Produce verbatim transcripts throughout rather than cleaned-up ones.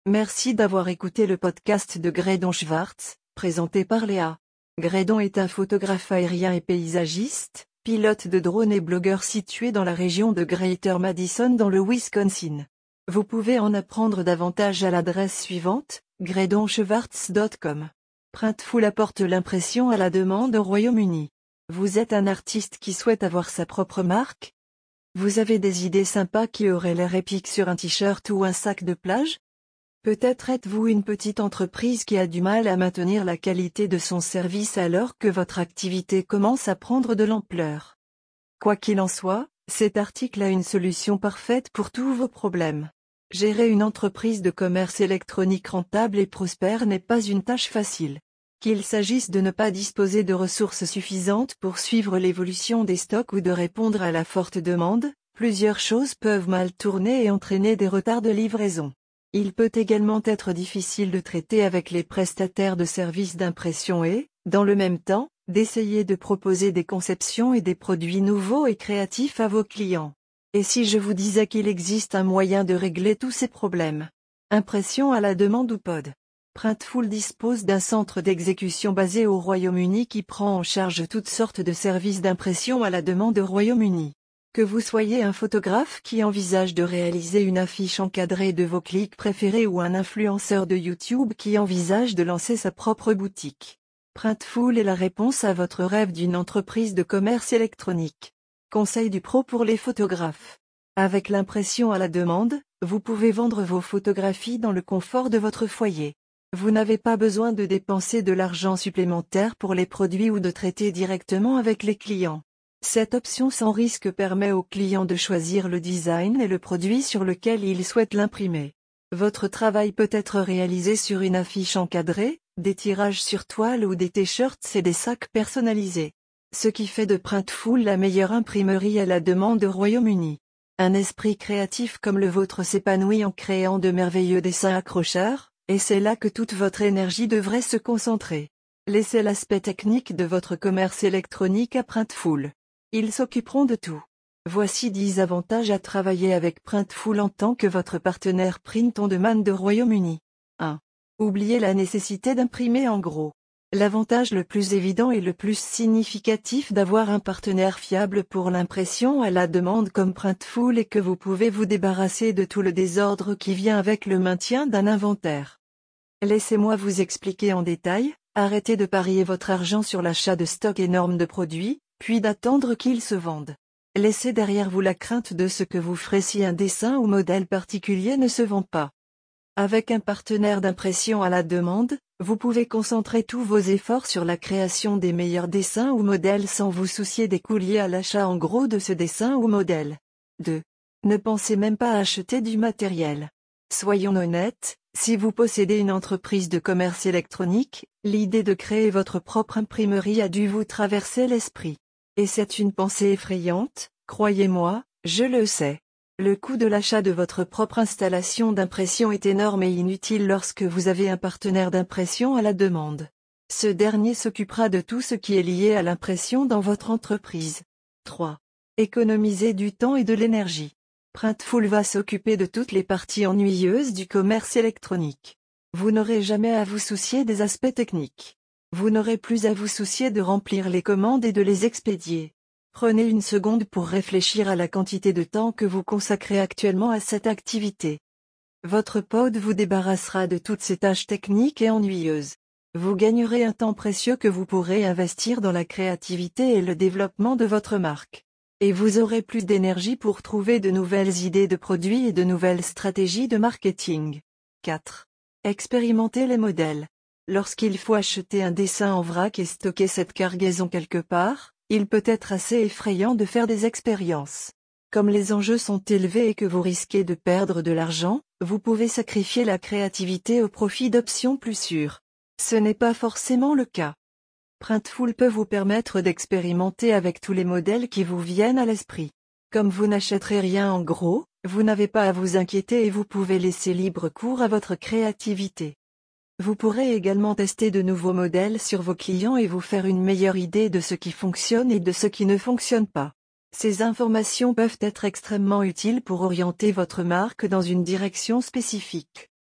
Merci d'avoir écouté le podcast de Graydon Schwartz, présenté par Léa. Graydon est un photographe aérien et paysagiste, pilote de drone et blogueur situé dans la région de Greater Madison dans le Wisconsin. Vous pouvez en apprendre davantage à l'adresse suivante, graydon schwartz point com. Printful apporte l'impression à la demande au Royaume-Uni. Vous êtes un artiste qui souhaite avoir sa propre marque? Vous avez des idées sympas qui auraient l'air épiques sur un t-shirt ou un sac de plage? Peut-être êtes-vous une petite entreprise qui a du mal à maintenir la qualité de son service alors que votre activité commence à prendre de l'ampleur. Quoi qu'il en soit, cet article a une solution parfaite pour tous vos problèmes. Gérer une entreprise de commerce électronique rentable et prospère n'est pas une tâche facile. Qu'il s'agisse de ne pas disposer de ressources suffisantes pour suivre l'évolution des stocks ou de répondre à la forte demande, plusieurs choses peuvent mal tourner et entraîner des retards de livraison. Il peut également être difficile de traiter avec les prestataires de services d'impression et, dans le même temps, d'essayer de proposer des conceptions et des produits nouveaux et créatifs à vos clients. Et si je vous disais qu'il existe un moyen de régler tous ces problèmes? Impression à la demande ou P O D. Printful dispose d'un centre d'exécution basé au Royaume-Uni qui prend en charge toutes sortes de services d'impression à la demande au Royaume-Uni. Que vous soyez un photographe qui envisage de réaliser une affiche encadrée de vos clics préférés ou un influenceur de YouTube qui envisage de lancer sa propre boutique, Printful est la réponse à votre rêve d'une entreprise de commerce électronique. Conseil du pro pour les photographes. Avec l'impression à la demande, vous pouvez vendre vos photographies dans le confort de votre foyer. Vous n'avez pas besoin de dépenser de l'argent supplémentaire pour les produits ou de traiter directement avec les clients. Cette option sans risque permet au client de choisir le design et le produit sur lequel il souhaite l'imprimer. Votre travail peut être réalisé sur une affiche encadrée, des tirages sur toile ou des t-shirts et des sacs personnalisés. Ce qui fait de Printful la meilleure imprimerie à la demande au Royaume-Uni. Un esprit créatif comme le vôtre s'épanouit en créant de merveilleux dessins accrocheurs, et c'est là que toute votre énergie devrait se concentrer. Laissez l'aspect technique de votre commerce électronique à Printful. Ils s'occuperont de tout. Voici dix avantages à travailler avec Printful en tant que votre partenaire print on demand de Royaume-Uni. un. Oubliez la nécessité d'imprimer en gros. L'avantage le plus évident et le plus significatif d'avoir un partenaire fiable pour l'impression à la demande comme Printful est que vous pouvez vous débarrasser de tout le désordre qui vient avec le maintien d'un inventaire. Laissez-moi vous expliquer en détail, arrêtez de parier votre argent sur l'achat de stocks énormes de produits, puis d'attendre qu'ils se vendent. Laissez derrière vous la crainte de ce que vous ferez si un dessin ou modèle particulier ne se vend pas. Avec un partenaire d'impression à la demande, vous pouvez concentrer tous vos efforts sur la création des meilleurs dessins ou modèles sans vous soucier des coûts liés à l'achat en gros de ce dessin ou modèle. deux. Ne pensez même pas à acheter du matériel. Soyons honnêtes, si vous possédez une entreprise de commerce électronique, l'idée de créer votre propre imprimerie a dû vous traverser l'esprit. Et c'est une pensée effrayante, croyez-moi, je le sais. Le coût de l'achat de votre propre installation d'impression est énorme et inutile lorsque vous avez un partenaire d'impression à la demande. Ce dernier s'occupera de tout ce qui est lié à l'impression dans votre entreprise. trois. Économiser du temps et de l'énergie. Printful va s'occuper de toutes les parties ennuyeuses du commerce électronique. Vous n'aurez jamais à vous soucier des aspects techniques. Vous n'aurez plus à vous soucier de remplir les commandes et de les expédier. Prenez une seconde pour réfléchir à la quantité de temps que vous consacrez actuellement à cette activité. Votre P O D vous débarrassera de toutes ces tâches techniques et ennuyeuses. Vous gagnerez un temps précieux que vous pourrez investir dans la créativité et le développement de votre marque. Et vous aurez plus d'énergie pour trouver de nouvelles idées de produits et de nouvelles stratégies de marketing. quatre. Expérimentez les modèles. Lorsqu'il faut acheter un dessin en vrac et stocker cette cargaison quelque part, il peut être assez effrayant de faire des expériences. Comme les enjeux sont élevés et que vous risquez de perdre de l'argent, vous pouvez sacrifier la créativité au profit d'options plus sûres. Ce n'est pas forcément le cas. Printful peut vous permettre d'expérimenter avec tous les modèles qui vous viennent à l'esprit. Comme vous n'achèterez rien en gros, vous n'avez pas à vous inquiéter et vous pouvez laisser libre cours à votre créativité. Vous pourrez également tester de nouveaux modèles sur vos clients et vous faire une meilleure idée de ce qui fonctionne et de ce qui ne fonctionne pas. Ces informations peuvent être extrêmement utiles pour orienter votre marque dans une direction spécifique.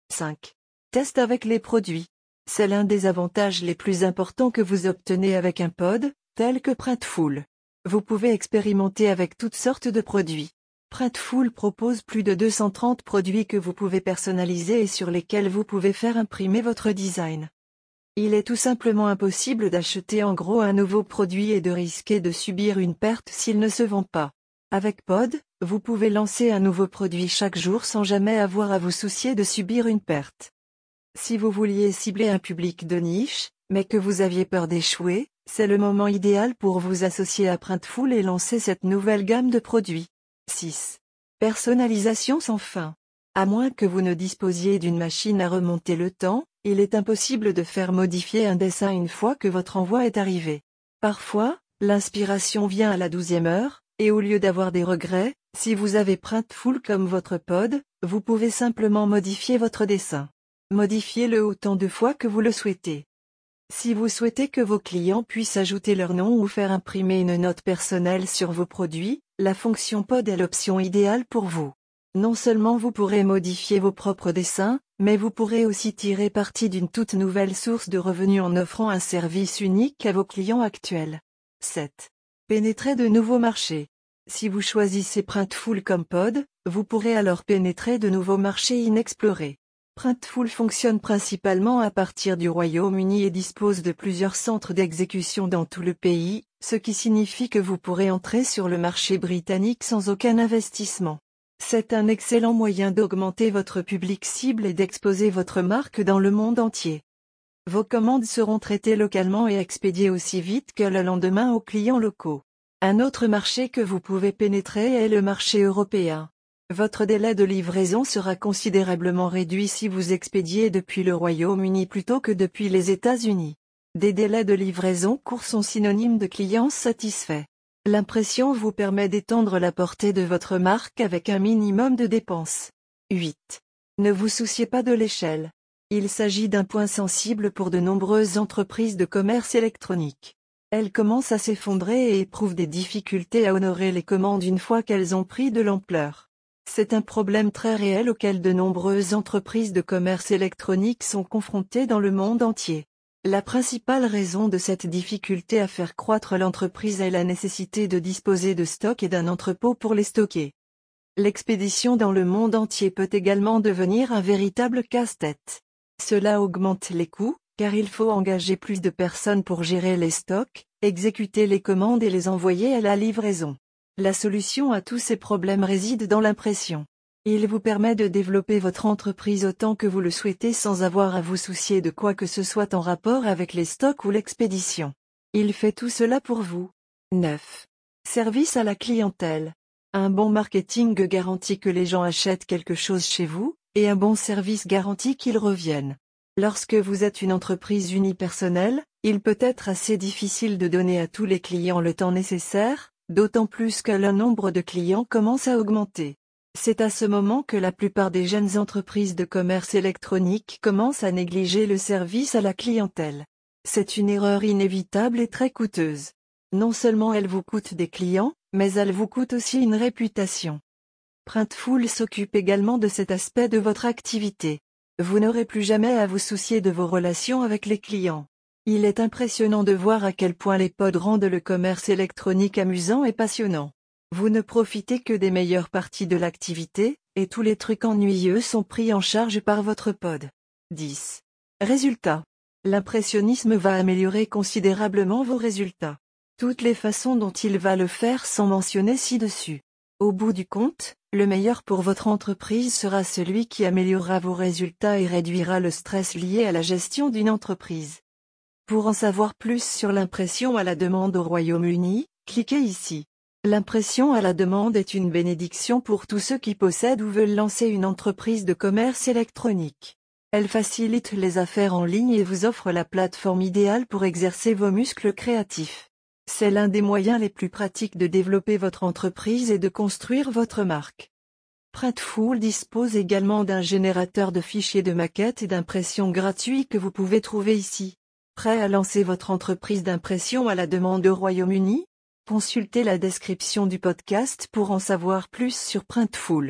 cinq. Test avec les produits. C'est l'un des avantages les plus importants que vous obtenez avec un pod, tel que Printful. Vous pouvez expérimenter avec toutes sortes de produits. Printful propose plus de deux cent trente produits que vous pouvez personnaliser et sur lesquels vous pouvez faire imprimer votre design. Il est tout simplement impossible d'acheter en gros un nouveau produit et de risquer de subir une perte s'il ne se vend pas. Avec Pod, vous pouvez lancer un nouveau produit chaque jour sans jamais avoir à vous soucier de subir une perte. Si vous vouliez cibler un public de niche, mais que vous aviez peur d'échouer, c'est le moment idéal pour vous associer à Printful et lancer cette nouvelle gamme de produits. six. Personnalisation sans fin. À moins que vous ne disposiez d'une machine à remonter le temps, il est impossible de faire modifier un dessin une fois que votre envoi est arrivé. Parfois, l'inspiration vient à la douzième heure, et au lieu d'avoir des regrets, si vous avez Printful comme votre pod, vous pouvez simplement modifier votre dessin. Modifiez-le autant de fois que vous le souhaitez. Si vous souhaitez que vos clients puissent ajouter leur nom ou faire imprimer une note personnelle sur vos produits, la fonction Pod est l'option idéale pour vous. Non seulement vous pourrez modifier vos propres dessins, mais vous pourrez aussi tirer parti d'une toute nouvelle source de revenus en offrant un service unique à vos clients actuels. sept. Pénétrer de nouveaux marchés. Si vous choisissez Printful comme pod, vous pourrez alors pénétrer de nouveaux marchés inexplorés. Printful fonctionne principalement à partir du Royaume-Uni et dispose de plusieurs centres d'exécution dans tout le pays, ce qui signifie que vous pourrez entrer sur le marché britannique sans aucun investissement. C'est un excellent moyen d'augmenter votre public cible et d'exposer votre marque dans le monde entier. Vos commandes seront traitées localement et expédiées aussi vite que le lendemain aux clients locaux. Un autre marché que vous pouvez pénétrer est le marché européen. Votre délai de livraison sera considérablement réduit si vous expédiez depuis le Royaume-Uni plutôt que depuis les États-Unis. Des délais de livraison courts sont synonymes de clients satisfaits. L'impression vous permet d'étendre la portée de votre marque avec un minimum de dépenses. huit. Ne vous souciez pas de l'échelle. Il s'agit d'un point sensible pour de nombreuses entreprises de commerce électronique. Elles commencent à s'effondrer et éprouvent des difficultés à honorer les commandes une fois qu'elles ont pris de l'ampleur. C'est un problème très réel auquel de nombreuses entreprises de commerce électronique sont confrontées dans le monde entier. La principale raison de cette difficulté à faire croître l'entreprise est la nécessité de disposer de stock et d'un entrepôt pour les stocker. L'expédition dans le monde entier peut également devenir un véritable casse-tête. Cela augmente les coûts, car il faut engager plus de personnes pour gérer les stocks, exécuter les commandes et les envoyer à la livraison. La solution à tous ces problèmes réside dans l'impression. Il vous permet de développer votre entreprise autant que vous le souhaitez sans avoir à vous soucier de quoi que ce soit en rapport avec les stocks ou l'expédition. Il fait tout cela pour vous. neuf. Service à la clientèle. Un bon marketing garantit que les gens achètent quelque chose chez vous, et un bon service garantit qu'ils reviennent. Lorsque vous êtes une entreprise unipersonnelle, il peut être assez difficile de donner à tous les clients le temps nécessaire, d'autant plus que le nombre de clients commence à augmenter. C'est à ce moment que la plupart des jeunes entreprises de commerce électronique commencent à négliger le service à la clientèle. C'est une erreur inévitable et très coûteuse. Non seulement elle vous coûte des clients, mais elle vous coûte aussi une réputation. Printful s'occupe également de cet aspect de votre activité. Vous n'aurez plus jamais à vous soucier de vos relations avec les clients. Il est impressionnant de voir à quel point les pods rendent le commerce électronique amusant et passionnant. Vous ne profitez que des meilleures parties de l'activité, et tous les trucs ennuyeux sont pris en charge par votre pod. dix. Résultats. L'impressionnisme va améliorer considérablement vos résultats. Toutes les façons dont il va le faire sont mentionnées ci-dessus. Au bout du compte, le meilleur pour votre entreprise sera celui qui améliorera vos résultats et réduira le stress lié à la gestion d'une entreprise. Pour en savoir plus sur l'impression à la demande au Royaume-Uni, cliquez ici. L'impression à la demande est une bénédiction pour tous ceux qui possèdent ou veulent lancer une entreprise de commerce électronique. Elle facilite les affaires en ligne et vous offre la plateforme idéale pour exercer vos muscles créatifs. C'est l'un des moyens les plus pratiques de développer votre entreprise et de construire votre marque. Printful dispose également d'un générateur de fichiers de maquettes et d'impression gratuit que vous pouvez trouver ici. Prêt à lancer votre entreprise d'impression à la demande au Royaume-Uni ? Consultez la description du podcast pour en savoir plus sur Printful.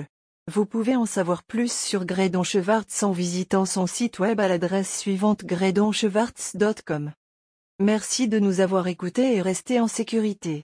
Vous pouvez en savoir plus sur Graydon Schwartz en visitant son site web à l'adresse suivante graydon schwartz point com. Merci de nous avoir écoutés et restez en sécurité.